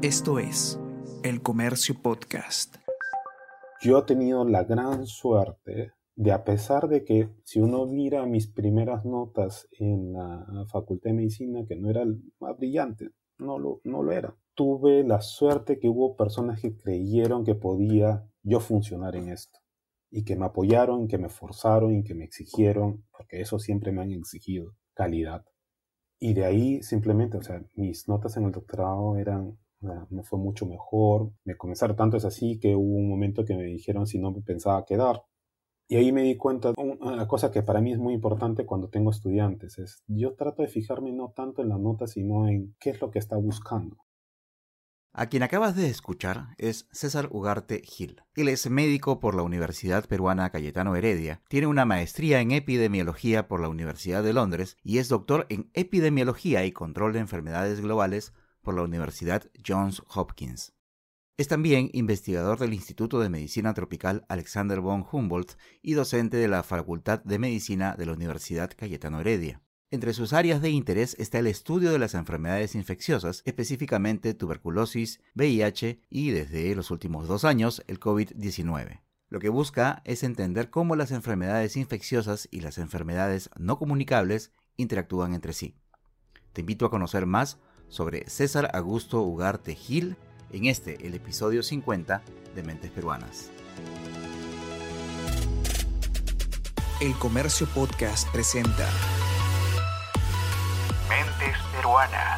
Esto es El Comercio Podcast. Yo he tenido la gran suerte de, a pesar de que si uno mira mis primeras notas en la Facultad de Medicina, que no era el más brillante, no lo era. Tuve la suerte que hubo personas que creyeron que podía yo funcionar en esto. Y que me apoyaron, que me forzaron y que me exigieron, porque eso siempre me han exigido, calidad. Y de ahí simplemente, mis notas en el doctorado me fue mucho mejor. Me comenzaron, tanto es así que hubo un momento que me dijeron si no me pensaba quedar. Y ahí me di cuenta, una cosa que para mí es muy importante cuando tengo estudiantes, es yo trato de fijarme no tanto en la nota, sino en qué es lo que está buscando. A quien acabas de escuchar es César Ugarte Gil. Él es médico por la Universidad Peruana Cayetano Heredia, tiene una maestría en epidemiología por la Universidad de Londres y es doctor en epidemiología y control de enfermedades globales por la Universidad Johns Hopkins. Es también investigador del Instituto de Medicina Tropical Alexander von Humboldt y docente de la Facultad de Medicina de la Universidad Cayetano Heredia. Entre sus áreas de interés está el estudio de las enfermedades infecciosas, específicamente tuberculosis, VIH y, desde los últimos 2 años, el COVID-19. Lo que busca es entender cómo las enfermedades infecciosas y las enfermedades no comunicables interactúan entre sí. Te invito a conocer más sobre César Augusto Ugarte Gil en el episodio 50 de Mentes Peruanas. El Comercio Podcast presenta Mentes Peruanas.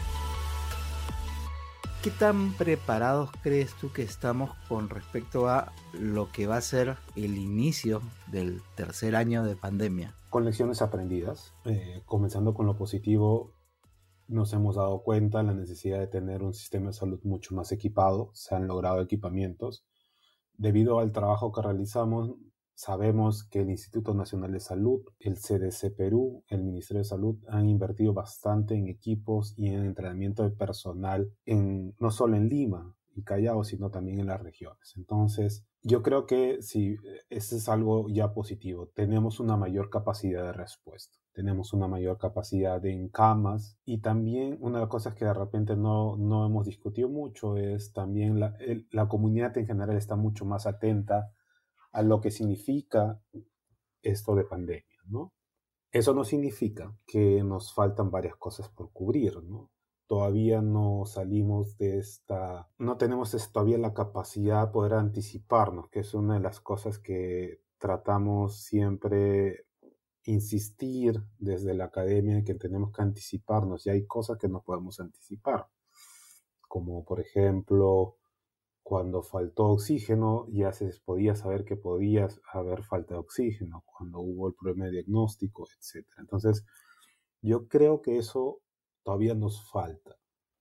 ¿Qué tan preparados crees tú que estamos con respecto a lo que va a ser el inicio del tercer año de pandemia? Con lecciones aprendidas, comenzando con lo positivo, nos hemos dado cuenta de la necesidad de tener un sistema de salud mucho más equipado. Se han logrado equipamientos. Debido al trabajo que realizamos, sabemos que el Instituto Nacional de Salud, el CDC Perú, el Ministerio de Salud han invertido bastante en equipos y en entrenamiento de personal, no solo en Lima y Callao, sino también en las regiones. Entonces, yo creo que sí, ese es algo ya positivo. Tenemos una mayor capacidad de respuesta. Tenemos una mayor capacidad en camas y también una de las cosas que de repente no hemos discutido mucho es también la comunidad en general está mucho más atenta a lo que significa esto de pandemia, ¿no? Eso no significa que nos faltan varias cosas por cubrir, ¿no? Todavía no salimos no tenemos todavía la capacidad de poder anticiparnos, que es una de las cosas que tratamos siempre insistir desde la academia, que tenemos que anticiparnos y hay cosas que no podemos anticipar, como por ejemplo cuando faltó oxígeno ya se podía saber que podía haber falta de oxígeno, cuando hubo el problema de diagnóstico, etc. Entonces yo creo que eso todavía nos falta.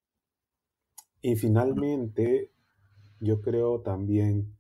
Y finalmente yo creo también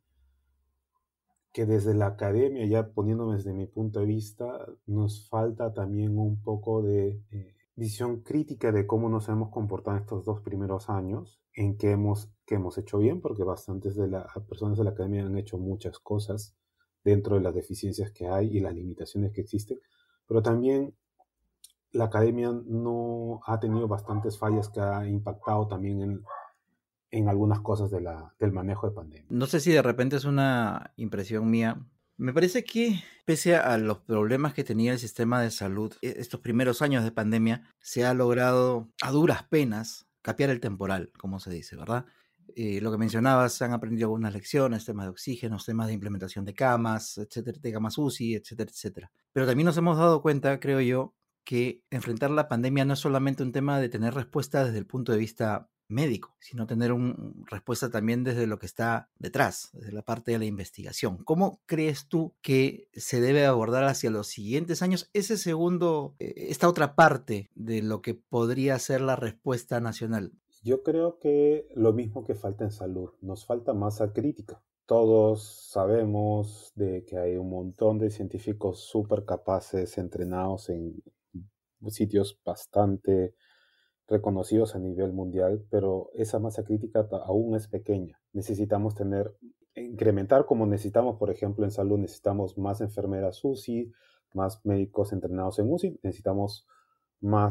que desde la academia, ya poniéndome desde mi punto de vista, nos falta también un poco de visión crítica de cómo nos hemos comportado estos 2 primeros años, en que hemos hecho bien, porque bastantes de las personas de la academia han hecho muchas cosas dentro de las deficiencias que hay y las limitaciones que existen, pero también la academia no ha tenido bastantes fallas que ha impactado también en algunas cosas del manejo de pandemia. No sé si de repente es una impresión mía. Me parece que, pese a los problemas que tenía el sistema de salud estos primeros años de pandemia, se ha logrado a duras penas capear el temporal, como se dice, ¿verdad? Lo que mencionabas, se han aprendido algunas lecciones, temas de oxígeno, temas de implementación de camas, etcétera, de camas UCI, etcétera, etcétera. Pero también nos hemos dado cuenta, creo yo, que enfrentar la pandemia no es solamente un tema de tener respuesta desde el punto de vista médico, sino tener una respuesta también desde lo que está detrás, desde la parte de la investigación. ¿Cómo crees tú que se debe abordar hacia los siguientes años esta otra parte de lo que podría ser la respuesta nacional? Yo creo que lo mismo que falta en salud, nos falta masa crítica. Todos sabemos de que hay un montón de científicos súper capaces, entrenados en sitios bastante reconocidos a nivel mundial, pero esa masa crítica aún es pequeña. Necesitamos incrementar como necesitamos, por ejemplo, en salud necesitamos más enfermeras UCI, más médicos entrenados en UCI, necesitamos más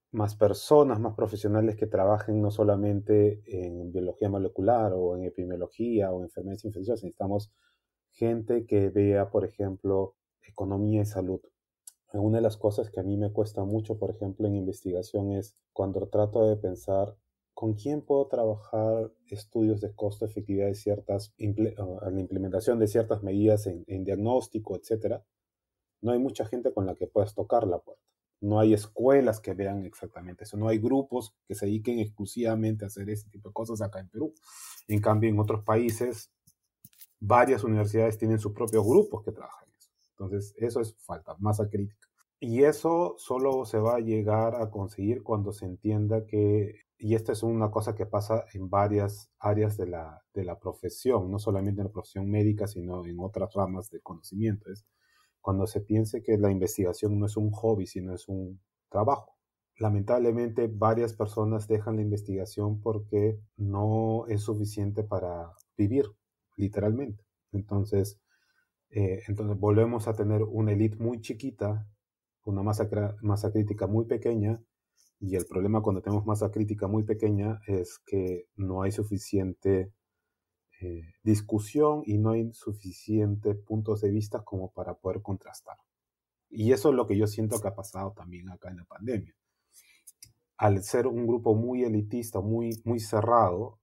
más personas, más profesionales que trabajen no solamente en biología molecular o en epidemiología o en enfermedades infecciosas. Necesitamos gente que vea, por ejemplo, economía y salud. Una de las cosas que a mí me cuesta mucho, por ejemplo, en investigación es cuando trato de pensar con quién puedo trabajar estudios de costo-efectividad de la implementación de ciertas medidas en diagnóstico, etcétera. No hay mucha gente con la que puedas tocar la puerta. No hay escuelas que vean exactamente eso. No hay grupos que se dediquen exclusivamente a hacer ese tipo de cosas acá en Perú. En cambio, en otros países, varias universidades tienen sus propios grupos que trabajan eso. Entonces, eso es falta, masa crítica. Y eso solo se va a llegar a conseguir cuando se entienda que, y esta es una cosa que pasa en varias áreas de la profesión, no solamente en la profesión médica, sino en otras ramas del conocimiento, es cuando se piense que la investigación no es un hobby, sino es un trabajo. Lamentablemente, varias personas dejan la investigación porque no es suficiente para vivir, literalmente. Entonces volvemos a tener una élite muy chiquita, una masa crítica muy pequeña, y el problema cuando tenemos masa crítica muy pequeña es que no hay suficiente discusión y no hay suficientes puntos de vista como para poder contrastar. Y eso es lo que yo siento que ha pasado también acá en la pandemia. Al ser un grupo muy elitista, muy, muy cerrado,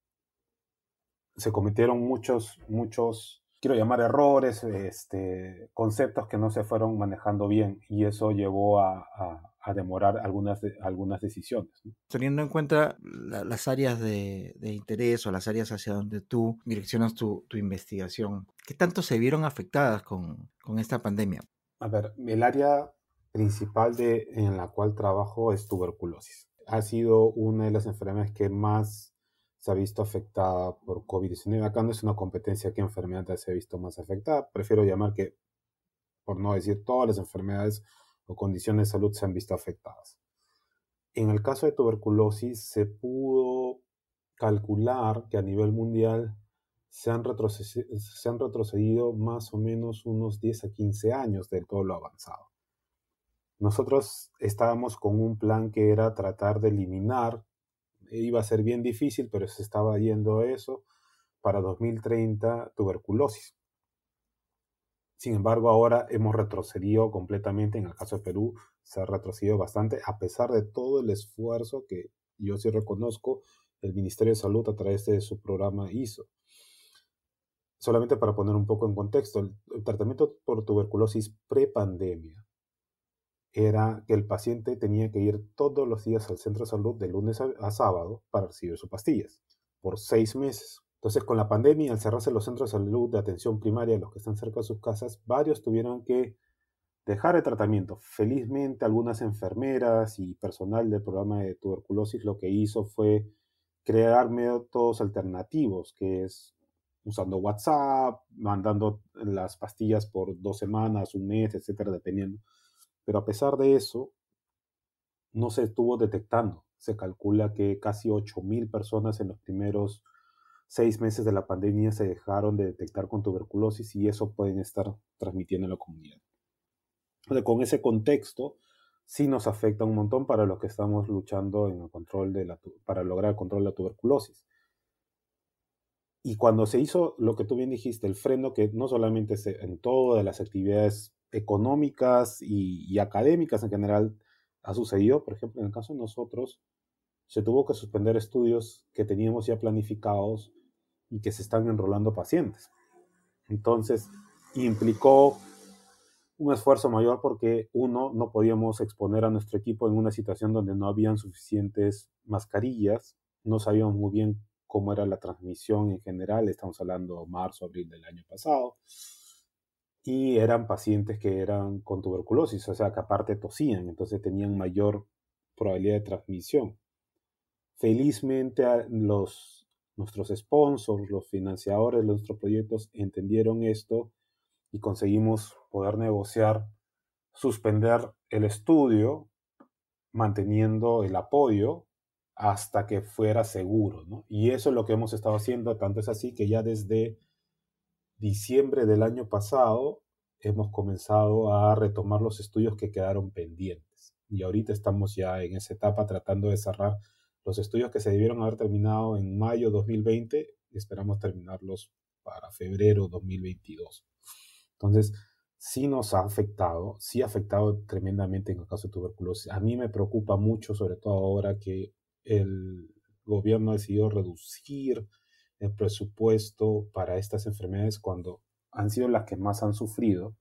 se cometieron muchos, quiero llamar errores, conceptos que no se fueron manejando bien, y eso llevó a demorar algunas decisiones, ¿no? Teniendo en cuenta las áreas de interés o las áreas hacia donde tú direccionas tu investigación, ¿qué tanto se vieron afectadas con esta pandemia? A ver, el área principal en la cual trabajo es tuberculosis. Ha sido una de las enfermedades que más se ha visto afectada por COVID-19. Acá no es una competencia qué enfermedad se ha visto más afectada. Prefiero llamar que, por no decir todas las enfermedades o condiciones de salud se han visto afectadas. En el caso de tuberculosis se pudo calcular que a nivel mundial se han retrocedido más o menos unos 10 a 15 años de todo lo avanzado. Nosotros estábamos con un plan que era tratar de eliminar, iba a ser bien difícil, pero se estaba yendo eso, para 2030 tuberculosis. Sin embargo, ahora hemos retrocedido completamente. En el caso de Perú, se ha retrocedido bastante, a pesar de todo el esfuerzo que yo sí reconozco el Ministerio de Salud a través de su programa hizo. Solamente para poner un poco en contexto, el tratamiento por tuberculosis pre-pandemia era que el paciente tenía que ir todos los días al centro de salud de lunes a sábado para recibir sus pastillas, por 6 meses. Entonces, con la pandemia, al cerrarse los centros de salud de atención primaria, los que están cerca de sus casas, varios tuvieron que dejar el tratamiento. Felizmente, algunas enfermeras y personal del programa de tuberculosis lo que hizo fue crear métodos alternativos, que es usando WhatsApp, mandando las pastillas por 2 semanas, un mes, etcétera, dependiendo. Pero a pesar de eso, no se estuvo detectando. Se calcula que casi 8,000 personas en los primeros 6 meses de la pandemia se dejaron de detectar con tuberculosis, y eso pueden estar transmitiendo en la comunidad. Entonces, con ese contexto, sí nos afecta un montón para los que estamos luchando en el control para lograr el control de la tuberculosis. Y cuando se hizo lo que tú bien dijiste, el freno, que no solamente en todas las actividades económicas y académicas en general ha sucedido, por ejemplo, en el caso de nosotros, se tuvo que suspender estudios que teníamos ya planificados y que se están enrolando pacientes. Entonces, implicó un esfuerzo mayor porque, uno, no podíamos exponer a nuestro equipo en una situación donde no habían suficientes mascarillas, no sabíamos muy bien cómo era la transmisión en general, estamos hablando marzo, abril del año pasado, y eran pacientes que eran con tuberculosis, o sea que aparte tosían, entonces tenían mayor probabilidad de transmisión. Felizmente nuestros sponsors, los financiadores de nuestros proyectos entendieron esto y conseguimos poder negociar, suspender el estudio, manteniendo el apoyo hasta que fuera seguro, ¿no? Y eso es lo que hemos estado haciendo, tanto es así que ya desde diciembre del año pasado hemos comenzado a retomar los estudios que quedaron pendientes. Y ahorita estamos ya en esa etapa tratando de cerrar los estudios que se debieron haber terminado en mayo 2020 y esperamos terminarlos para febrero 2022. Entonces, sí nos ha afectado, sí ha afectado tremendamente en el caso de tuberculosis. A mí me preocupa mucho, sobre todo ahora que el gobierno ha decidido reducir el presupuesto para estas enfermedades cuando han sido las que más han sufrido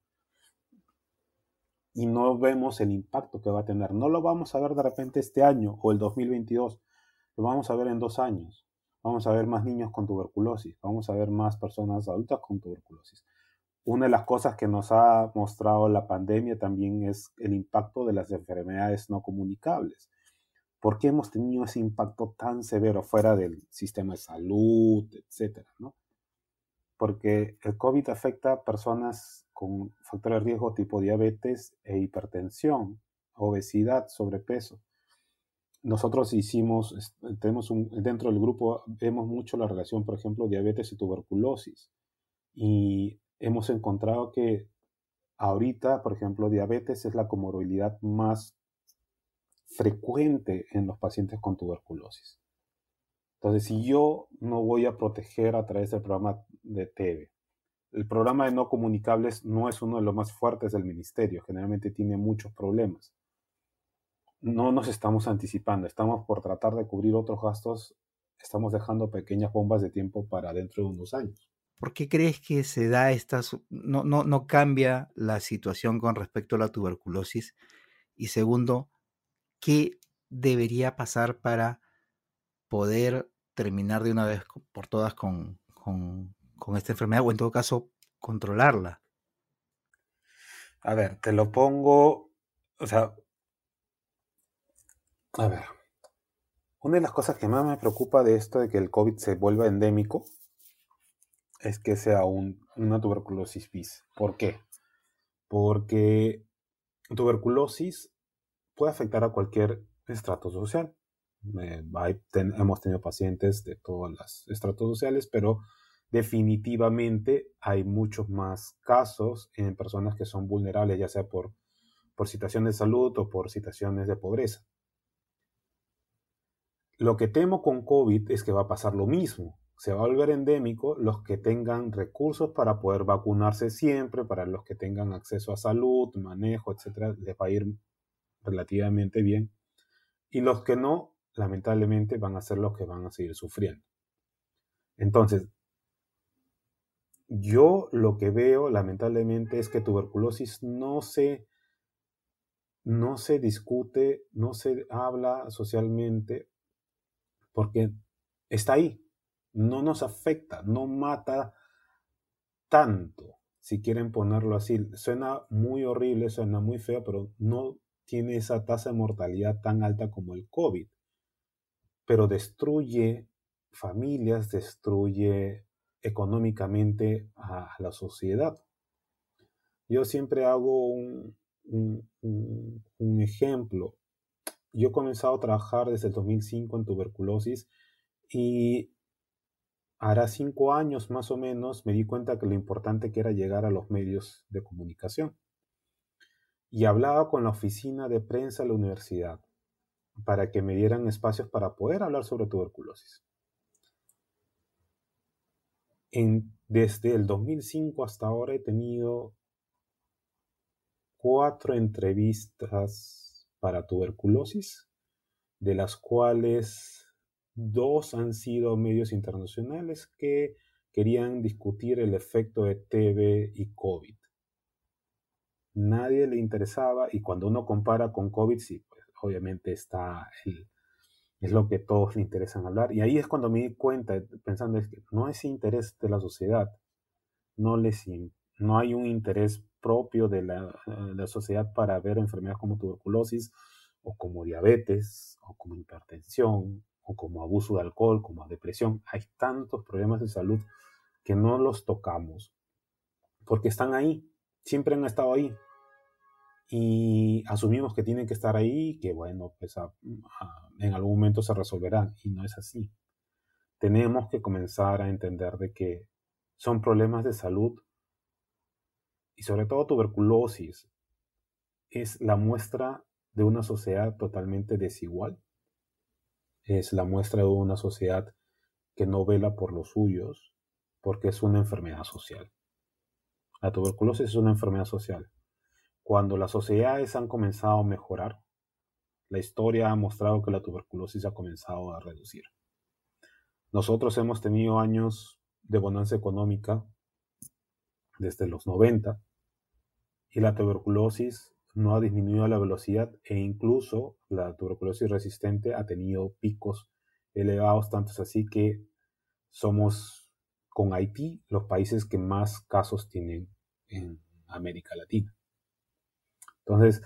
y no vemos el impacto que va a tener. No lo vamos a ver de repente este año o el 2022, lo vamos a ver en 2 años. Vamos a ver más niños con tuberculosis, vamos a ver más personas adultas con tuberculosis. Una de las cosas que nos ha mostrado la pandemia también es el impacto de las enfermedades no comunicables. ¿Por qué hemos tenido ese impacto tan severo fuera del sistema de salud, etcétera, ¿no? Porque el COVID afecta a personas con factores de riesgo tipo diabetes e hipertensión, obesidad, sobrepeso. Nosotros dentro del grupo vemos mucho la relación, por ejemplo, diabetes y tuberculosis. Y hemos encontrado que ahorita, por ejemplo, diabetes es la comorbilidad más frecuente en los pacientes con tuberculosis. Entonces, si yo no voy a proteger a través del programa de TEBE, el programa de no comunicables no es uno de los más fuertes del ministerio, generalmente tiene muchos problemas. No nos estamos anticipando, estamos por tratar de cubrir otros gastos, estamos dejando pequeñas bombas de tiempo para dentro de unos años. ¿Por qué crees que se da no cambia la situación con respecto a la tuberculosis? Y segundo, ¿qué debería pasar para poder terminar de una vez por todas con esta enfermedad o en todo caso controlarla? A ver, te lo pongo, o sea, a ver, una de las cosas que más me preocupa de esto de que el COVID se vuelva endémico es que sea una tuberculosis bis. ¿Por qué? Porque tuberculosis puede afectar a cualquier estrato social. Hemos tenido pacientes de todos los estratos sociales, pero definitivamente hay muchos más casos en personas que son vulnerables, ya sea por situaciones de salud o por situaciones de pobreza. Lo que temo con COVID es que va a pasar lo mismo. Se va a volver endémico. Los que tengan recursos para poder vacunarse siempre, para los que tengan acceso a salud, manejo, etcétera, les va a ir relativamente bien. Y los que no, lamentablemente, van a ser los que van a seguir sufriendo. Entonces, yo lo que veo, lamentablemente, es que tuberculosis no se discute, no se habla socialmente, porque está ahí, no nos afecta, no mata tanto, si quieren ponerlo así. Suena muy horrible, suena muy feo, pero no tiene esa tasa de mortalidad tan alta como el COVID. Pero destruye familias, destruye económicamente a la sociedad. Yo siempre hago un ejemplo. Yo he comenzado a trabajar desde el 2005 en tuberculosis y hará 5 años más o menos me di cuenta que lo importante que era llegar a los medios de comunicación. Y hablaba con la oficina de prensa de la universidad para que me dieran espacios para poder hablar sobre tuberculosis. Desde el 2005 hasta ahora he tenido 4 entrevistas para tuberculosis, de las cuales 2 han sido medios internacionales que querían discutir el efecto de TB y COVID. Nadie le interesaba, y cuando uno compara con COVID, sí, pues obviamente es lo que todos le interesan hablar. Y ahí es cuando me di cuenta, pensando, es que no es interés de la sociedad, no hay un interés propio de la sociedad para ver enfermedades como tuberculosis, o como diabetes, o como hipertensión, o como abuso de alcohol, como depresión. Hay tantos problemas de salud que no los tocamos, porque están ahí, siempre han estado ahí. Y asumimos que tienen que estar ahí, que bueno, pues en algún momento se resolverán, y no es así. Tenemos que comenzar a entender de que son problemas de salud, y sobre todo tuberculosis es la muestra de una sociedad totalmente desigual. Es la muestra de una sociedad que no vela por los suyos, porque es una enfermedad social. La tuberculosis es una enfermedad social. Cuando las sociedades han comenzado a mejorar, la historia ha mostrado que la tuberculosis ha comenzado a reducir. Nosotros hemos tenido años de bonanza económica desde los 90 y la tuberculosis no ha disminuido a la velocidad e incluso la tuberculosis resistente ha tenido picos elevados, tanto es así que somos, con Haití, los países que más casos tienen en América Latina. Entonces,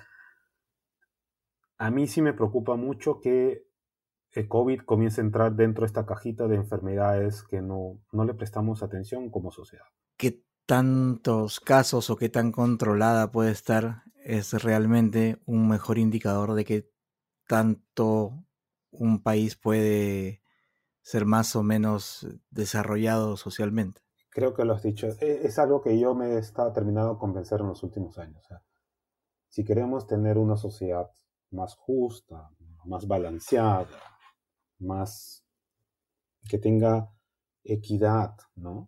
a mí sí me preocupa mucho que el COVID comience a entrar dentro de esta cajita de enfermedades que no le prestamos atención como sociedad. ¿Qué tantos casos o qué tan controlada puede estar es realmente un mejor indicador de qué tanto un país puede ser más o menos desarrollado socialmente? Creo que lo has dicho. Es algo que yo me he estado terminado de convencer en los últimos años. O sea, si queremos tener una sociedad más justa, más balanceada, más que tenga equidad, ¿no?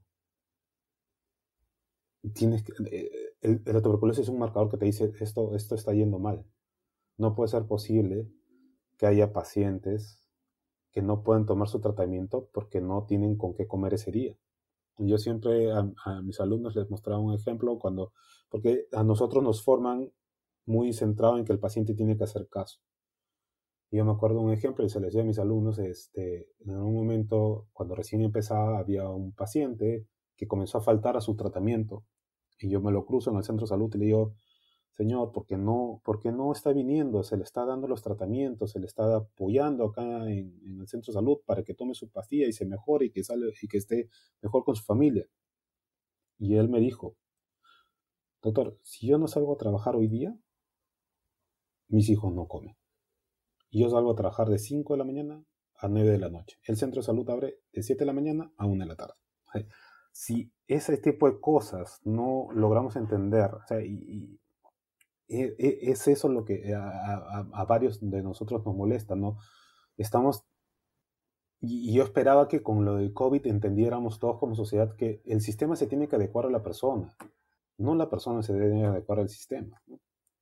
La tuberculosis es un marcador que te dice esto está yendo mal. No puede ser posible que haya pacientes que no pueden tomar su tratamiento porque no tienen con qué comer ese día. Yo siempre a mis alumnos les mostraba un ejemplo porque a nosotros nos forman muy centrado en que el paciente tiene que hacer caso. Y yo me acuerdo de un ejemplo y se les decía a mis alumnos, en un momento cuando recién empezaba había un paciente que comenzó a faltar a su tratamiento y yo me lo cruzo en el centro de salud y le digo, señor, por qué no está viniendo? Se le está dando los tratamientos, se le está apoyando acá en el centro de salud para que tome su pastilla y se mejore y que esté mejor con su familia. Y él me dijo, doctor, si yo no salgo a trabajar hoy día, mis hijos no comen. Y yo salgo a trabajar de 5 de la mañana a 9 de la noche. El centro de salud abre de 7 de la mañana a 1 de la tarde. Si ese tipo de cosas no logramos entender, o sea, es eso lo que a varios de nosotros nos molesta, ¿no? Y yo esperaba que con lo del COVID entendiéramos todos como sociedad que el sistema se tiene que adecuar a la persona, no la persona se debe adecuar al sistema, ¿no?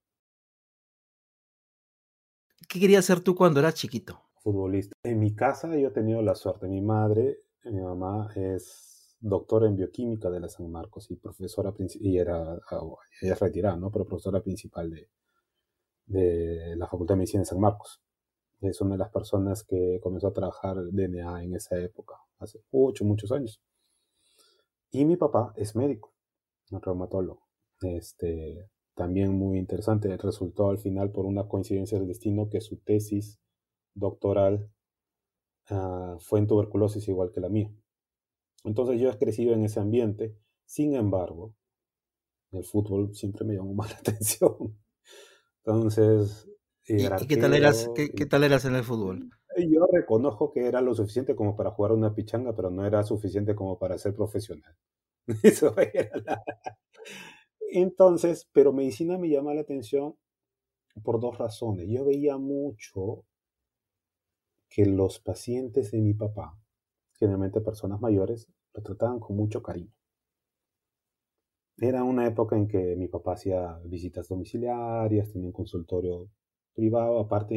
¿Qué querías hacer tú cuando eras chiquito? Futbolista. En mi casa yo he tenido la suerte. Mi mamá es doctora en bioquímica de la San Marcos y profesora y ella es retirada, ¿no? Pero profesora principal de la Facultad de Medicina de San Marcos. Es una de las personas que comenzó a trabajar DNA en esa época, hace muchos años. Y mi papá es médico, un reumatólogo. También muy interesante. Resultó al final, por una coincidencia del destino, que su tesis doctoral fue en tuberculosis igual que la mía. Entonces yo he crecido en ese ambiente. Sin embargo, el fútbol siempre me llamó más la atención. Entonces, ¿Y qué tal eras, qué tal eras en el fútbol? yo reconozco que era lo suficiente como para jugar una pichanga, pero no era suficiente como para ser profesional. Eso era Entonces, pero medicina me llama la atención por dos razones. Yo veía mucho que los pacientes de mi papá, generalmente personas mayores, lo trataban con mucho cariño. Era una época en que mi papá hacía visitas domiciliarias, tenía un consultorio privado, aparte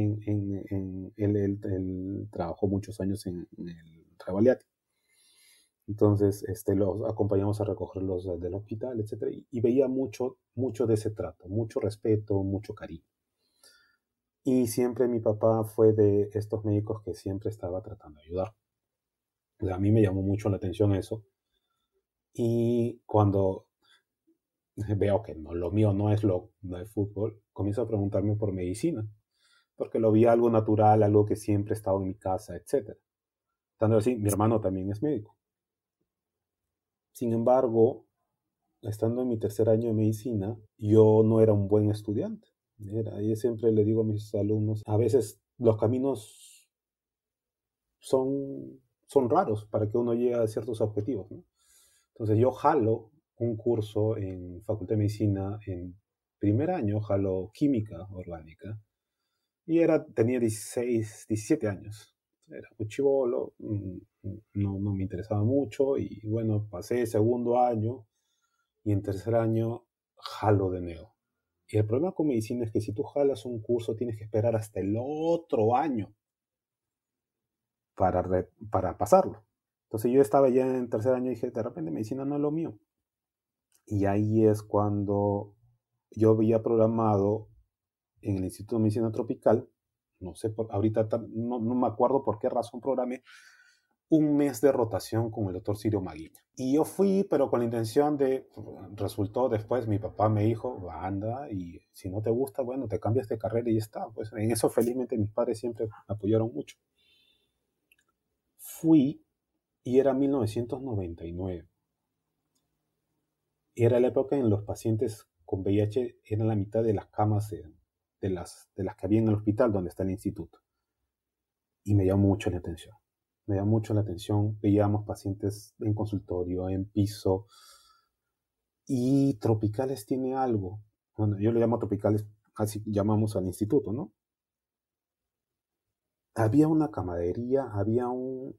él trabajó muchos años en el Revaliati. Entonces, los acompañamos a recogerlos del hospital, etc. Y veía mucho de ese trato, mucho respeto, mucho cariño. Y siempre mi papá fue de estos médicos que siempre estaba tratando de ayudar. O sea, a mí me llamó mucho la atención eso. Y cuando veo que lo mío no es fútbol, comienzo a preguntarme por medicina, porque lo vi algo natural, algo que siempre ha estado en mi casa, etc. Tanto así, mi hermano también es médico. Sin embargo, estando en mi tercer año de medicina, yo no era un buen estudiante. Yo siempre le digo a mis alumnos, a veces los caminos son raros para que uno llegue a ciertos objetivos, ¿no? Entonces yo jalo un curso en Facultad de Medicina en primer año, jalo química orgánica, Y tenía 16, 17 años. Era muy chibolo, no me interesaba mucho y bueno, pasé segundo año y en tercer año jalo de nuevo. Y el problema con medicina es que si tú jalas un curso tienes que esperar hasta el otro año para pasarlo. Entonces yo estaba ya en tercer año y dije, de repente medicina no es lo mío. Y ahí es cuando yo había programado en el Instituto de Medicina Tropical, no sé, ahorita no me acuerdo por qué razón programé, un mes de rotación con el doctor Cirio Maguiña. Y yo fui, pero con la intención resultó después, mi papá me dijo, anda, y si no te gusta, bueno, te cambias de carrera y ya está. Pues en eso felizmente mis padres siempre me apoyaron mucho. Fui y era 1999. Era la época en los pacientes con VIH eran la mitad de las camas de las que había en el hospital donde está el instituto. Y me llamó mucho la atención. Me llamó mucho la atención. Veíamos pacientes en consultorio, en piso. Y Tropicales tiene algo. Bueno, yo le llamo Tropicales, así llamamos al instituto, ¿no? Había una camaradería, había un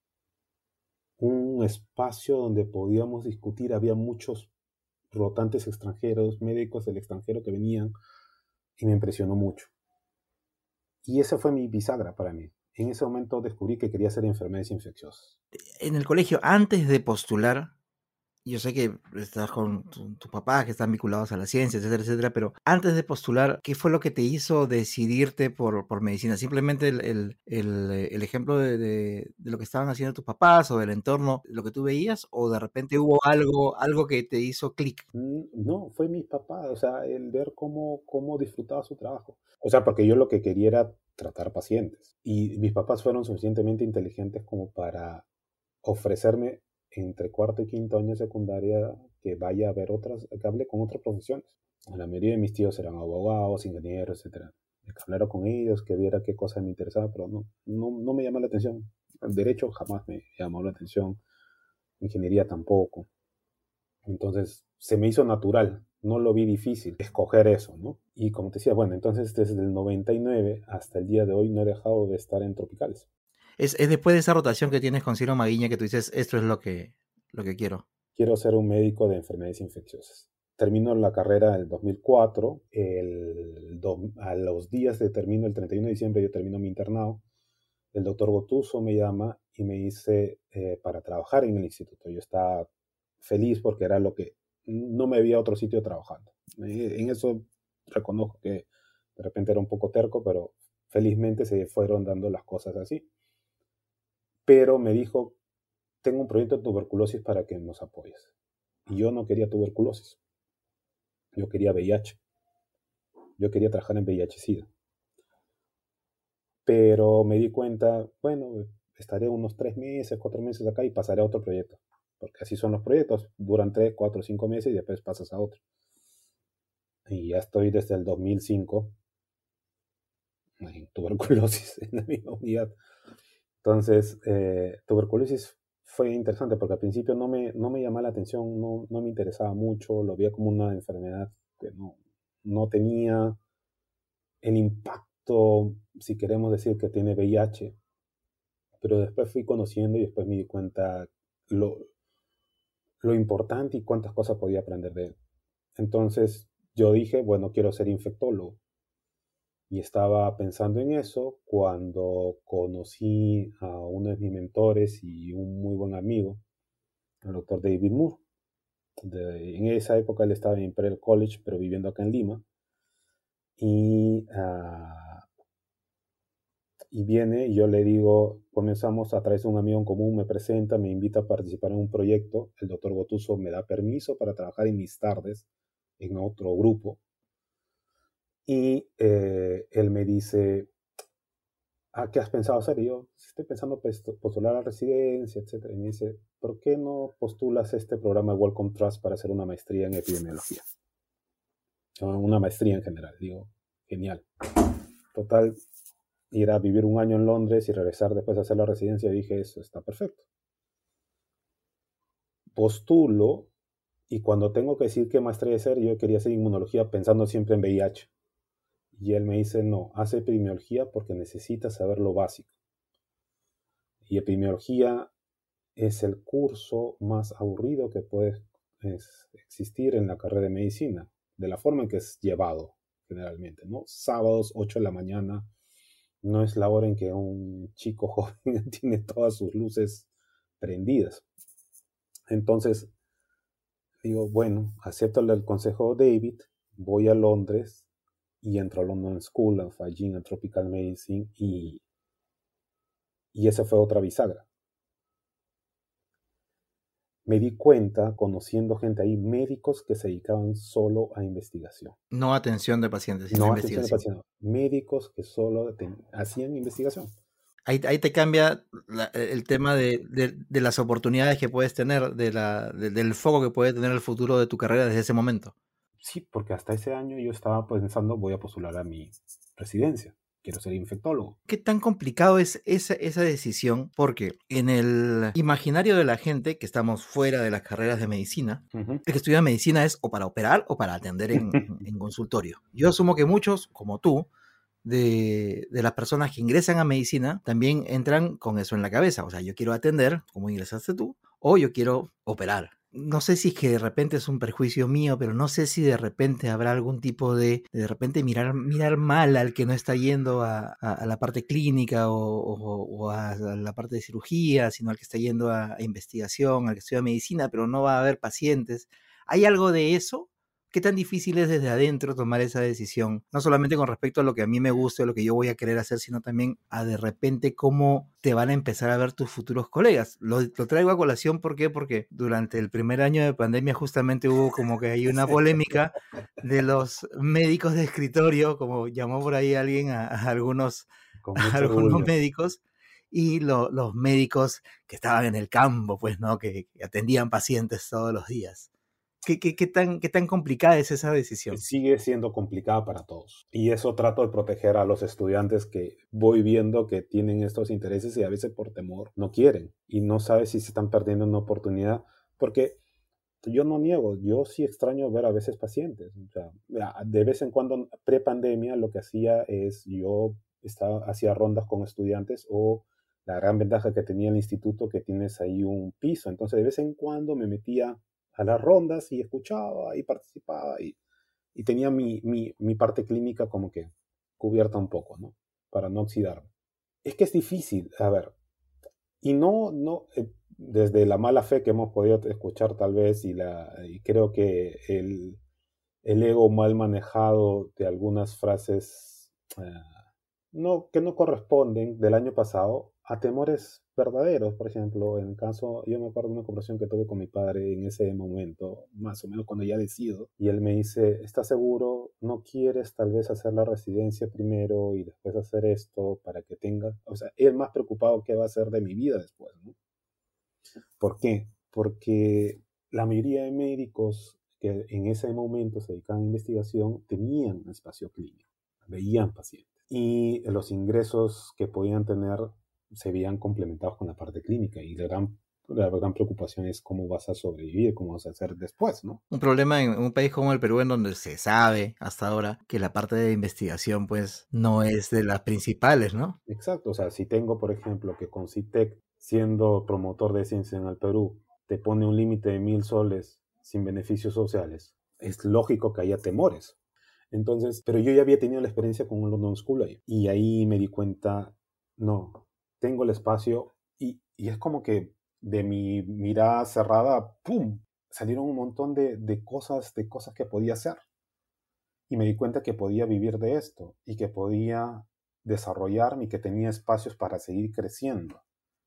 espacio donde podíamos discutir, había muchos rotantes extranjeros, médicos del extranjero que venían y me impresionó mucho. Y esa fue mi bisagra para mí. En ese momento descubrí que quería hacer enfermedades infecciosas. En el colegio, antes de postular, yo sé que estás con tus papás que están vinculados a la ciencia, etcétera, etcétera, pero antes de postular, ¿qué fue lo que te hizo decidirte por medicina? ¿Simplemente el ejemplo de lo que estaban haciendo tus papás o del entorno, lo que tú veías, o de repente hubo algo que te hizo clic? No, fue mis papás, o sea, el ver cómo disfrutaba su trabajo. O sea, porque yo lo que quería era tratar pacientes. Y mis papás fueron suficientemente inteligentes como para ofrecerme entre cuarto y quinto año de secundaria que vaya a ver que hable con otras profesiones. La mayoría de mis tíos eran abogados, ingenieros, etc. Que hablara con ellos, que viera qué cosas me interesaban, pero no me llamó la atención. El derecho jamás me llamó la atención, ingeniería tampoco. Entonces se me hizo natural, no lo vi difícil escoger eso, ¿no? Y como te decía, bueno, entonces desde el 99 hasta el día de hoy no he dejado de estar en Tropicales. Es después de esa rotación que tienes con Ciro Maguiña que tú dices, esto es lo que quiero. Quiero ser un médico de enfermedades infecciosas. Termino la carrera en el 2004, a los días de termino, el 31 de diciembre yo termino mi internado, el doctor Gotuso me llama y me dice para trabajar en el instituto. Yo estaba feliz porque era lo que no me había otro sitio trabajando. En eso reconozco que de repente era un poco terco, pero felizmente se fueron dando las cosas así. Pero me dijo, tengo un proyecto de tuberculosis para que nos apoyes. Y yo no quería tuberculosis. Yo quería VIH. Yo quería trabajar en VIH-Sida. Pero me di cuenta, bueno, estaré unos 3 meses, 4 meses acá y pasaré a otro proyecto. Porque así son los proyectos. Duran 3, 4, 5 meses y después pasas a otro. Y ya estoy desde el 2005 en tuberculosis en la misma unidad. Entonces, tuberculosis fue interesante porque al principio no me llamaba la atención, no me interesaba mucho, lo veía como una enfermedad que no tenía el impacto, si queremos decir, que tiene VIH, pero después fui conociendo y después me di cuenta lo importante y cuántas cosas podía aprender de él. Entonces yo dije, bueno, quiero ser infectólogo. Y estaba pensando en eso cuando conocí a uno de mis mentores y un muy buen amigo, el doctor David Moore. En esa época él estaba en Imperial College, pero viviendo acá en Lima. Y viene y yo le digo, comenzamos a través de un amigo en común, me presenta, me invita a participar en un proyecto. El doctor Gotuso me da permiso para trabajar en mis tardes en otro grupo. Y él me dice, ¿qué has pensado hacer? Y yo, estoy pensando postular a la residencia, etc. Y me dice, ¿por qué no postulas este programa de Wellcome Trust para hacer una maestría en epidemiología? Una maestría en general. Digo, genial. Total, ir a vivir un año en Londres y regresar después a hacer la residencia, dije, eso está perfecto. Postulo, y cuando tengo que decir qué maestría hacer, yo quería hacer inmunología pensando siempre en VIH. Y él me dice, no, haz epidemiología porque necesitas saber lo básico. Y epidemiología es el curso más aburrido que puede existir en la carrera de medicina, de la forma en que es llevado generalmente, ¿no? Sábados, 8 de la mañana, no es la hora en que un chico joven tiene todas sus luces prendidas. Entonces, digo, bueno, acepto el consejo de David, voy a Londres y entro a London School of Hygiene and Tropical Medicine y esa fue otra bisagra. Me di cuenta, conociendo gente ahí, médicos que se dedicaban solo a investigación. No atención de pacientes, sino No investigación. atención de pacientes, médicos que solo hacían investigación. Ahí te cambia el tema de las oportunidades que puedes tener, del foco que puede tener el futuro de tu carrera desde ese momento. Sí, porque hasta ese año yo estaba pensando, voy a postular a mi residencia. Quiero ser infectólogo. ¿Qué tan complicado es esa decisión? Porque en el imaginario de la gente que estamos fuera de las carreras de medicina, el que estudia medicina es o para operar o para atender en consultorio. Yo asumo que muchos, como tú, de las personas que ingresan a medicina también entran con eso en la cabeza. O sea, yo quiero atender, como ingresaste tú, o yo quiero operar. No sé si es que de repente es un perjuicio mío, pero no sé si de repente habrá algún tipo de repente mirar mal al que no está yendo a la parte clínica o a la parte de cirugía, sino al que está yendo a investigación, al que estudia medicina, pero no va a haber pacientes. ¿Hay algo de eso? ¿Qué tan difícil es desde adentro tomar esa decisión? No solamente con respecto a lo que a mí me gusta o lo que yo voy a querer hacer, sino también a de repente cómo te van a empezar a ver tus futuros colegas. Lo traigo a colación, ¿por qué? Porque durante el primer año de pandemia justamente hubo como que hay una polémica de los médicos de escritorio, como llamó por ahí alguien a algunos médicos, y los médicos que estaban en el campo, pues, ¿no? Que atendían pacientes todos los días. ¿Qué tan complicada es esa decisión? Sigue siendo complicada para todos. Y eso trato de proteger a los estudiantes que voy viendo que tienen estos intereses y a veces por temor no quieren. Y no sabes si se están perdiendo una oportunidad. Porque yo no niego, yo sí extraño ver a veces pacientes. O sea, de vez en cuando, pre-pandemia, lo que hacía es hacía rondas con estudiantes o la gran ventaja que tenía el instituto que tienes ahí un piso. Entonces, de vez en cuando me metía a las rondas y escuchaba y participaba y tenía mi parte clínica como que cubierta un poco, ¿no? Para no oxidarme. Es que es difícil, a ver, y desde la mala fe que hemos podido escuchar tal vez y creo que el ego mal manejado de algunas frases que no corresponden del año pasado a temores verdaderos. Por ejemplo, en el caso, yo me acuerdo de una conversación que tuve con mi padre en ese momento, más o menos cuando ya decido, y él me dice, ¿estás seguro? ¿No quieres tal vez hacer la residencia primero y después hacer esto para que tengas? O sea, él más preocupado qué va a hacer de mi vida después, ¿no? ¿Por qué? Porque la mayoría de médicos que en ese momento se dedicaban a investigación tenían espacio clínico, veían pacientes y los ingresos que podían tener se veían complementados con la parte clínica y la gran preocupación es cómo vas a sobrevivir, cómo vas a hacer después, ¿no? Un problema en un país como el Perú, en donde se sabe hasta ahora que la parte de investigación pues no es de las principales, ¿no? Exacto, o sea, si tengo por ejemplo que con CITEC, siendo promotor de ciencia en el Perú, te pone un límite de 1,000 soles sin beneficios sociales, es lógico que haya temores. Entonces, pero yo ya había tenido la experiencia con un London School ahí, y ahí me di cuenta, no, tengo el espacio y es como que de mi mirada cerrada, ¡pum!, salieron un montón de cosas que podía hacer. Y me di cuenta que podía vivir de esto y que podía desarrollarme y que tenía espacios para seguir creciendo.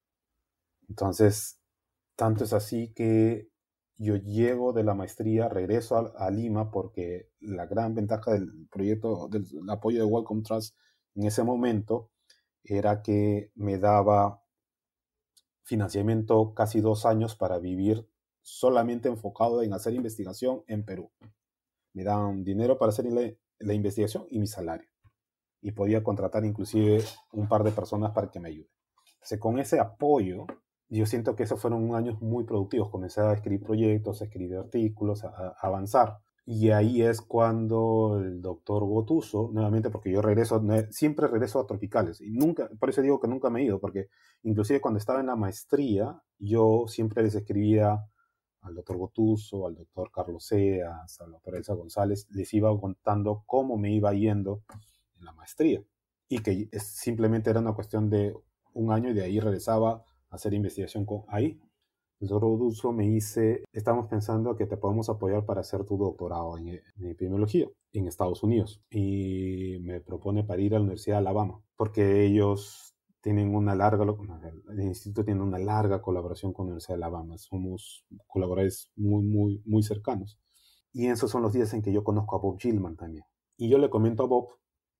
Entonces, tanto es así que yo llego de la maestría, regreso a Lima porque la gran ventaja del proyecto, del apoyo de Wellcome Trust en ese momento era que me daba financiamiento casi 2 años para vivir solamente enfocado en hacer investigación en Perú. Me daban dinero para hacer la investigación y mi salario. Y podía contratar inclusive un par de personas para que me ayuden. Entonces, con ese apoyo, yo siento que esos fueron años muy productivos. Comencé a escribir proyectos, a escribir artículos, a avanzar. Y ahí es cuando el doctor Gotuso, nuevamente porque yo siempre regreso a tropicales, y nunca, por eso digo que nunca me he ido, porque inclusive cuando estaba en la maestría, yo siempre les escribía al doctor Gotuso, al doctor Carlos Seas, a la doctora Elsa González, les iba contando cómo me iba yendo en la maestría, y que simplemente era una cuestión de un año y de ahí regresaba a hacer investigación ahí. El doctor Uduzo me dice, estamos pensando que te podemos apoyar para hacer tu doctorado en epidemiología en Estados Unidos. Y me propone para ir a la Universidad de Alabama, porque ellos tienen el instituto tiene una larga colaboración con la Universidad de Alabama. Somos colaboradores muy, muy, muy cercanos. Y esos son los días en que yo conozco a Bob Gilman también. Y yo le comento a Bob,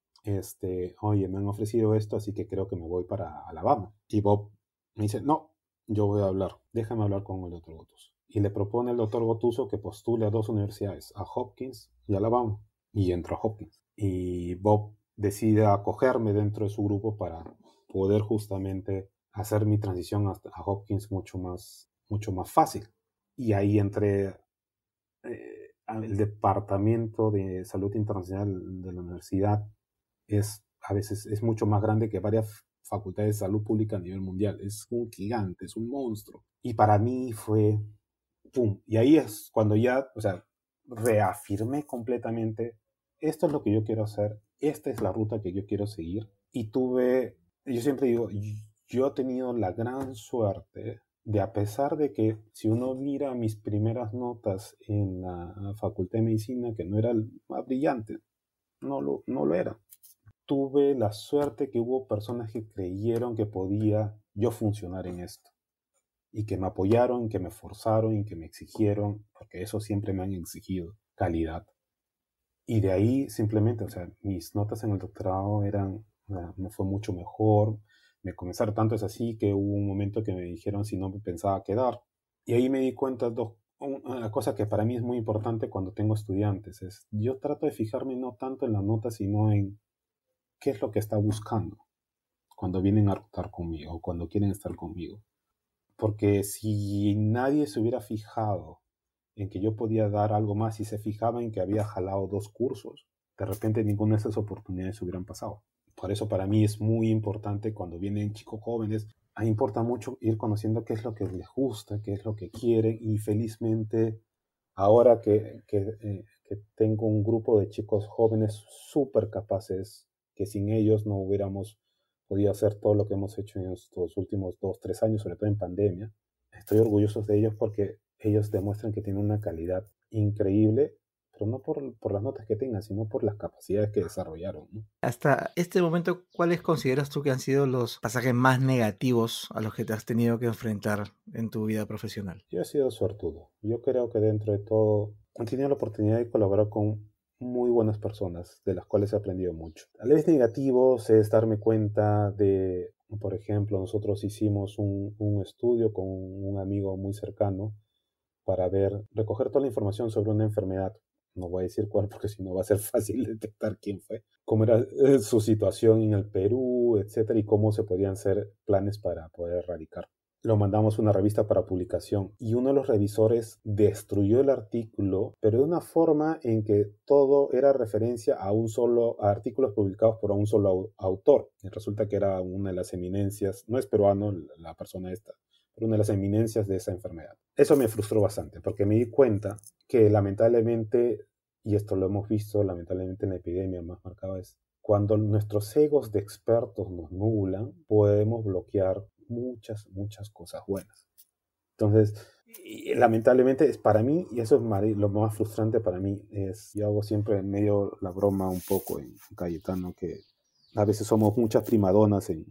oye, me han ofrecido esto, así que creo que me voy para Alabama. Y Bob me dice, no, yo voy a hablar, déjame hablar con el doctor Gotuso. Y le propone al doctor Gotuso que postule a 2 universidades, a Hopkins y a Alabama. Y entro a Hopkins. Y Bob decide acogerme dentro de su grupo para poder justamente hacer mi transición a Hopkins mucho más fácil. Y ahí entré al departamento de salud internacional de la universidad. A veces es mucho más grande que varias facultades de salud pública a nivel mundial. Es un gigante, es un monstruo. Y para mí fue ¡pum! Y ahí es cuando ya, reafirmé completamente, esto es lo que yo quiero hacer, esta es la ruta que yo quiero seguir. Y yo siempre digo, yo he tenido la gran suerte de, a pesar de que si uno mira mis primeras notas en la Facultad de Medicina, que no era el más brillante, no lo era. Tuve la suerte que hubo personas que creyeron que podía yo funcionar en esto. Y que me apoyaron, que me forzaron y que me exigieron, porque eso siempre me han exigido, calidad. Y de ahí simplemente, mis notas en el doctorado me fue mucho mejor. Me comenzaron, tanto es así que hubo un momento que me dijeron si no me pensaba quedar. Y ahí me di cuenta una cosa que para mí es muy importante cuando tengo estudiantes, es yo trato de fijarme no tanto en la nota, sino en qué es lo que está buscando cuando vienen a rotar conmigo o cuando quieren estar conmigo. Porque si nadie se hubiera fijado en que yo podía dar algo más y se fijaba en que había jalado 2 cursos, de repente ninguna de esas oportunidades hubieran pasado. Por eso para mí es muy importante cuando vienen chicos jóvenes, importa mucho ir conociendo qué es lo que les gusta, qué es lo que quieren, y felizmente ahora que tengo un grupo de chicos jóvenes súper capaces, que sin ellos no hubiéramos podido hacer todo lo que hemos hecho en estos últimos 2-3 años, sobre todo en pandemia. Estoy orgulloso de ellos porque ellos demuestran que tienen una calidad increíble, pero no por las notas que tengan, sino por las capacidades que desarrollaron, ¿no? Hasta este momento, ¿cuáles consideras tú que han sido los pasajes más negativos a los que te has tenido que enfrentar en tu vida profesional? Yo he sido suertudo. Yo creo que dentro de todo he tenido la oportunidad de colaborar con muy buenas personas, de las cuales he aprendido mucho. A la vez negativos es darme cuenta de, por ejemplo, nosotros hicimos un estudio con un amigo muy cercano para recoger toda la información sobre una enfermedad. No voy a decir cuál porque si no va a ser fácil detectar quién fue. Cómo era su situación en el Perú, etcétera, y cómo se podían hacer planes para poder erradicar. Lo mandamos a una revista para publicación y uno de los revisores destruyó el artículo, pero de una forma en que todo era referencia a artículos publicados por un solo autor. Y resulta que era una de las eminencias, no es peruano la persona esta, pero una de las eminencias de esa enfermedad. Eso me frustró bastante porque me di cuenta que lamentablemente, y esto lo hemos visto lamentablemente en la epidemia más marcada, es cuando nuestros egos de expertos nos nublan, podemos bloquear muchas cosas buenas. Entonces, lamentablemente es para mí, y eso es lo más frustrante para mí, yo hago siempre en medio la broma un poco en Cayetano, que a veces somos muchas primadonas en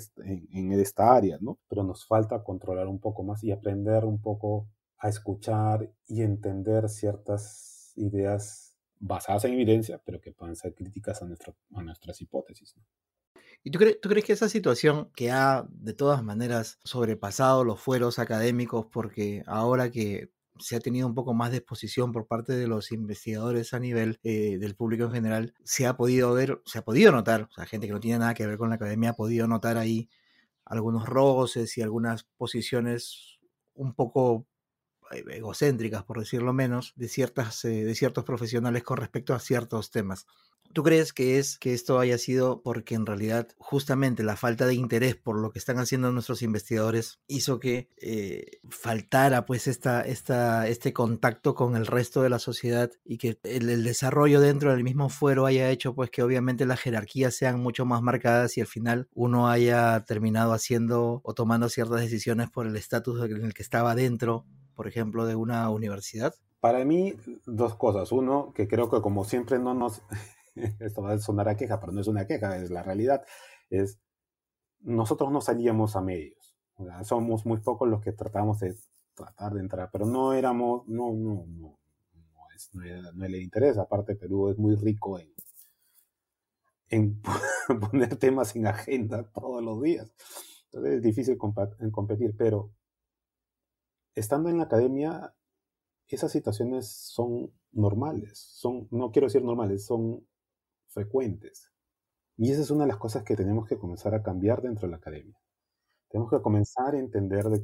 esta área, ¿no? Pero nos falta controlar un poco más y aprender un poco a escuchar y entender ciertas ideas basadas en evidencia, pero que puedan ser críticas a nuestras hipótesis, ¿no? ¿Y tú crees que esa situación que ha de todas maneras sobrepasado los fueros académicos, porque ahora que se ha tenido un poco más de exposición por parte de los investigadores a nivel del público en general, se ha podido notar, gente que no tiene nada que ver con la academia ha podido notar ahí algunos roces y algunas posiciones un poco egocéntricas, por decirlo menos, de ciertos profesionales con respecto a ciertos temas. ¿Tú crees que esto haya sido porque en realidad justamente la falta de interés por lo que están haciendo nuestros investigadores hizo que faltara pues este contacto con el resto de la sociedad y que el desarrollo dentro del mismo fuero haya hecho pues que obviamente las jerarquías sean mucho más marcadas y al final uno haya terminado haciendo o tomando ciertas decisiones por el estatus en el que estaba dentro, por ejemplo, de una universidad? Para mí, dos cosas. Uno, que creo que como siempre no nos... Esto va a sonar a queja, pero no es una queja, es la realidad. Es, nosotros no salíamos a medios. O sea, somos muy pocos los que tratar de entrar, pero no éramos... No le interesa. Aparte, Perú es muy rico en poner temas en agenda todos los días. Entonces es difícil competir, pero estando en la academia, esas situaciones son normales, no quiero decir normales, son frecuentes. Y esa es una de las cosas que tenemos que comenzar a cambiar dentro de la academia. Tenemos que comenzar a entender de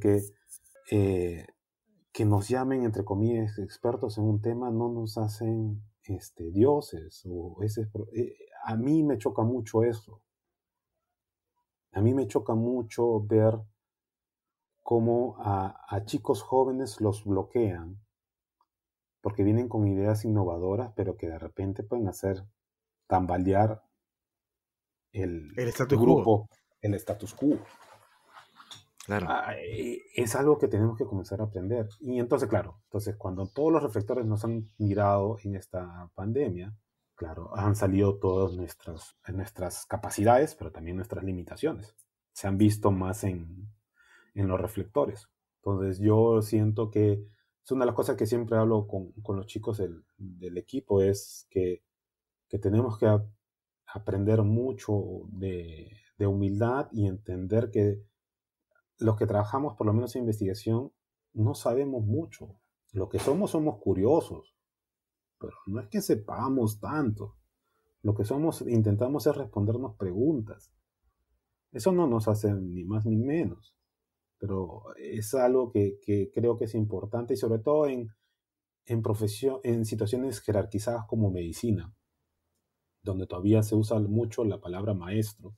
que nos llamen, entre comillas, expertos en un tema no nos hacen dioses. A mí me choca mucho eso. A mí me choca mucho ver cómo a chicos jóvenes los bloquean porque vienen con ideas innovadoras, pero que de repente pueden hacer tambalear el status grupo, quo. el status quo. Claro. Es algo que tenemos que comenzar a aprender. Y entonces, claro, cuando todos los reflectores nos han mirado en esta pandemia, claro, han salido todas nuestras capacidades, pero también nuestras limitaciones. Se han visto más en los reflectores. Entonces yo siento que es una de las cosas que siempre hablo con los chicos del equipo, es que tenemos que aprender mucho de humildad y entender que los que trabajamos, por lo menos en investigación, no sabemos mucho. Lo que somos curiosos, pero no es que sepamos tanto. Lo que intentamos es respondernos preguntas. Eso no nos hace ni más ni menos. Pero es algo que creo que es importante y sobre todo en situaciones jerarquizadas como medicina, donde todavía se usa mucho la palabra maestro,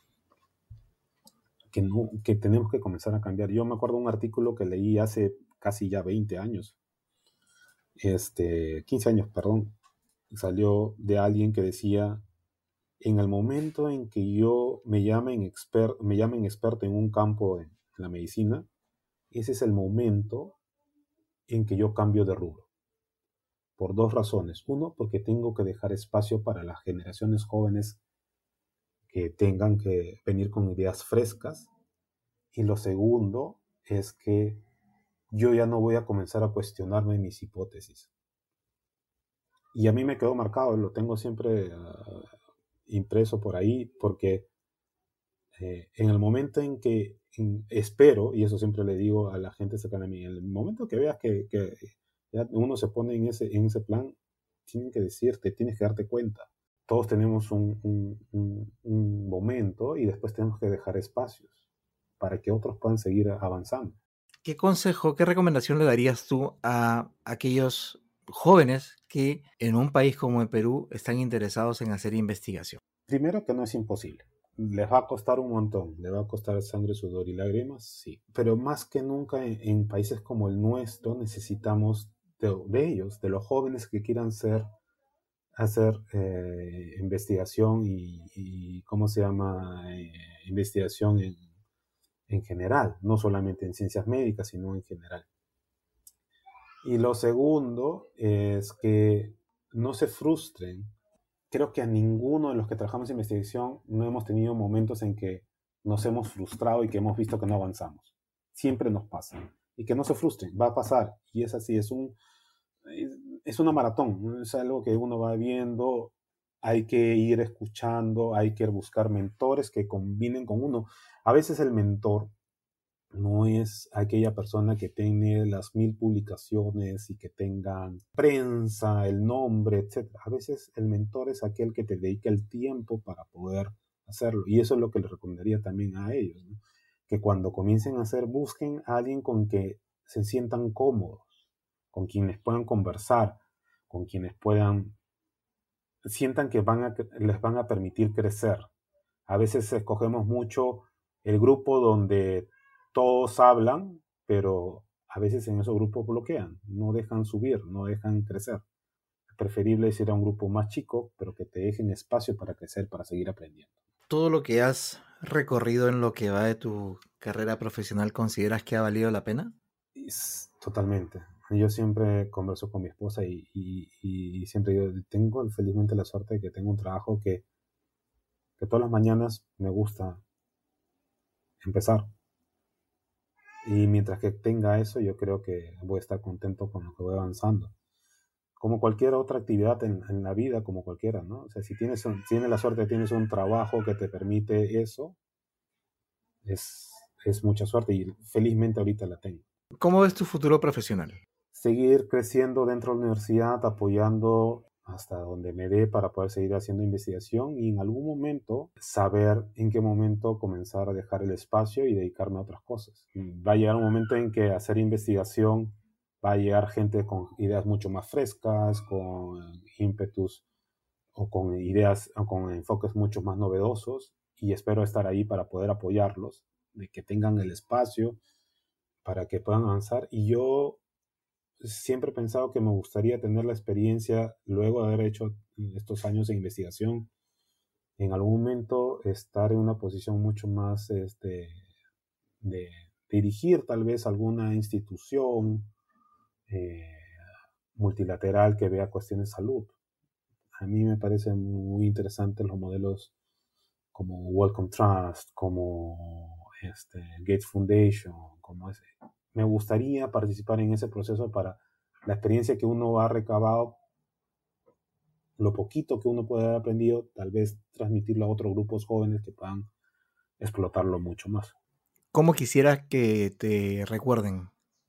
que tenemos que comenzar a cambiar. Yo me acuerdo de un artículo que leí hace casi ya 20 años, 15 años, perdón, salió de alguien que decía: en el momento en que me llamen experto en un campo en la medicina, ese es el momento en que yo cambio de rubro. Por dos razones. Uno, porque tengo que dejar espacio para las generaciones jóvenes que tengan que venir con ideas frescas. Y lo segundo es que yo ya no voy a comenzar a cuestionarme mis hipótesis. Y a mí me quedó marcado, lo tengo siempre impreso por ahí, porque en el momento en que espero, y eso siempre le digo a la gente cercana a mí, en el momento que veas que ya uno se pone en ese plan, tienen que decirte, tienes que darte cuenta. Todos tenemos un momento y después tenemos que dejar espacios para que otros puedan seguir avanzando. ¿Qué consejo, qué recomendación le darías tú a aquellos jóvenes que en un país como el Perú están interesados en hacer investigación? Primero, que no es imposible. Les va a costar un montón, les va a costar sangre, sudor y lágrimas, sí. Pero más que nunca en países como el nuestro necesitamos de ellos, de los jóvenes que quieran hacer investigación y ¿cómo se llama? Investigación en general, no solamente en ciencias médicas, sino en general. Y lo segundo es que no se frustren. Creo que a ninguno de los que trabajamos en investigación no hemos tenido momentos en que nos hemos frustrado y que hemos visto que no avanzamos. Siempre nos pasa. Y que no se frustren, va a pasar. Y es así, es una maratón, ¿no? Es algo que uno va viendo, hay que ir escuchando, hay que buscar mentores que combinen con uno. A veces el mentor no es aquella persona que tiene las 1000 publicaciones y que tengan prensa, el nombre, etc. A veces el mentor es aquel que te dedica el tiempo para poder hacerlo. Y eso es lo que les recomendaría también a ellos, ¿no? Que cuando comiencen a hacer, busquen a alguien con que se sientan cómodos. con quienes puedan conversar, con quienes sientan que les van a permitir crecer. A veces escogemos mucho el grupo donde todos hablan, pero a veces en esos grupos bloquean, no dejan subir, no dejan crecer. Es preferible ir a un grupo más chico, pero que te dejen espacio para crecer, para seguir aprendiendo. ¿Todo lo que has recorrido en lo que va de tu carrera profesional consideras que ha valido la pena? Totalmente. Yo siempre converso con mi esposa y siempre yo tengo felizmente la suerte de que tengo un trabajo que todas las mañanas me gusta empezar. Y mientras que tenga eso, yo creo que voy a estar contento con lo que voy avanzando. Como cualquier otra actividad en la vida, como cualquiera, ¿no? O sea, si tienes la suerte de tienes un trabajo que te permite eso, es mucha suerte y felizmente ahorita la tengo. ¿Cómo ves tu futuro profesional? Seguir creciendo dentro de la universidad, apoyando hasta donde me dé para poder seguir haciendo investigación y en algún momento saber en qué momento comenzar a dejar el espacio y dedicarme a otras cosas. Va a llegar un momento en que hacer investigación va a llegar gente con ideas mucho más frescas, con ímpetus o con ideas o con enfoques mucho más novedosos y espero estar ahí para poder apoyarlos, de que tengan el espacio para que puedan avanzar. Y yo siempre he pensado que me gustaría tener la experiencia, luego de haber hecho estos años de investigación, en algún momento estar en una posición mucho más de dirigir tal vez alguna institución multilateral que vea cuestiones de salud. A mí me parecen muy interesantes los modelos como Wellcome Trust, como Gates Foundation, como ese. Me gustaría participar en ese proceso para la experiencia que uno ha recabado, lo poquito que uno puede haber aprendido, tal vez transmitirlo a otros grupos jóvenes que puedan explotarlo mucho más. ¿Cómo quisieras que te recuerden?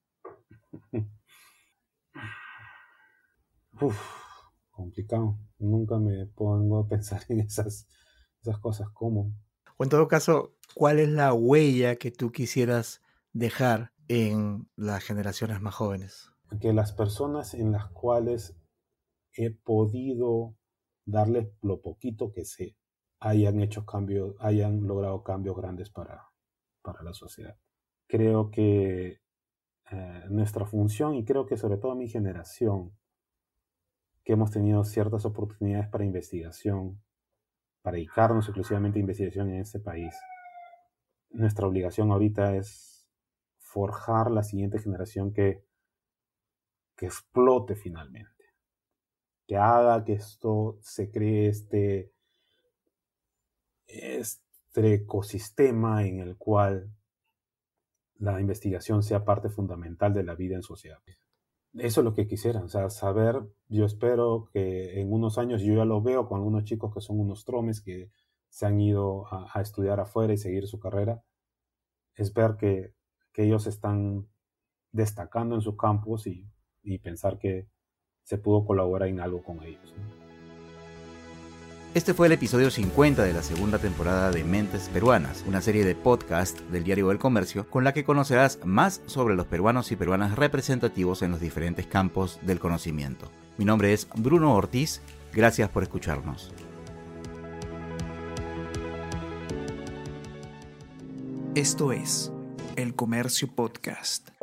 Complicado. Nunca me pongo a pensar en esas cosas. ¿Cómo? O en todo caso, ¿cuál es la huella que tú quisieras dejar en las generaciones más jóvenes? Que las personas en las cuales he podido darles lo poquito que sé, hayan hecho cambios, hayan logrado cambios grandes para la sociedad. Creo que nuestra función, y creo que sobre todo mi generación, que hemos tenido ciertas oportunidades para investigación, para dedicarnos exclusivamente a investigación en este país, nuestra obligación ahorita es forjar la siguiente generación que explote finalmente, que haga que esto se cree este ecosistema en el cual la investigación sea parte fundamental de la vida en sociedad. Eso es lo que quisiera, o sea, saber, yo espero que en unos años, yo ya lo veo con algunos chicos que son unos tromes que se han ido a estudiar afuera y seguir su carrera, es ver que ellos están destacando en sus campos y pensar que se pudo colaborar en algo con ellos, ¿no? Este fue el episodio 50 de la segunda temporada de Mentes Peruanas, una serie de podcast del Diario del Comercio con la que conocerás más sobre los peruanos y peruanas representativos en los diferentes campos del conocimiento. Mi nombre es Bruno Ortiz, gracias por escucharnos. Esto es El Comercio Podcast.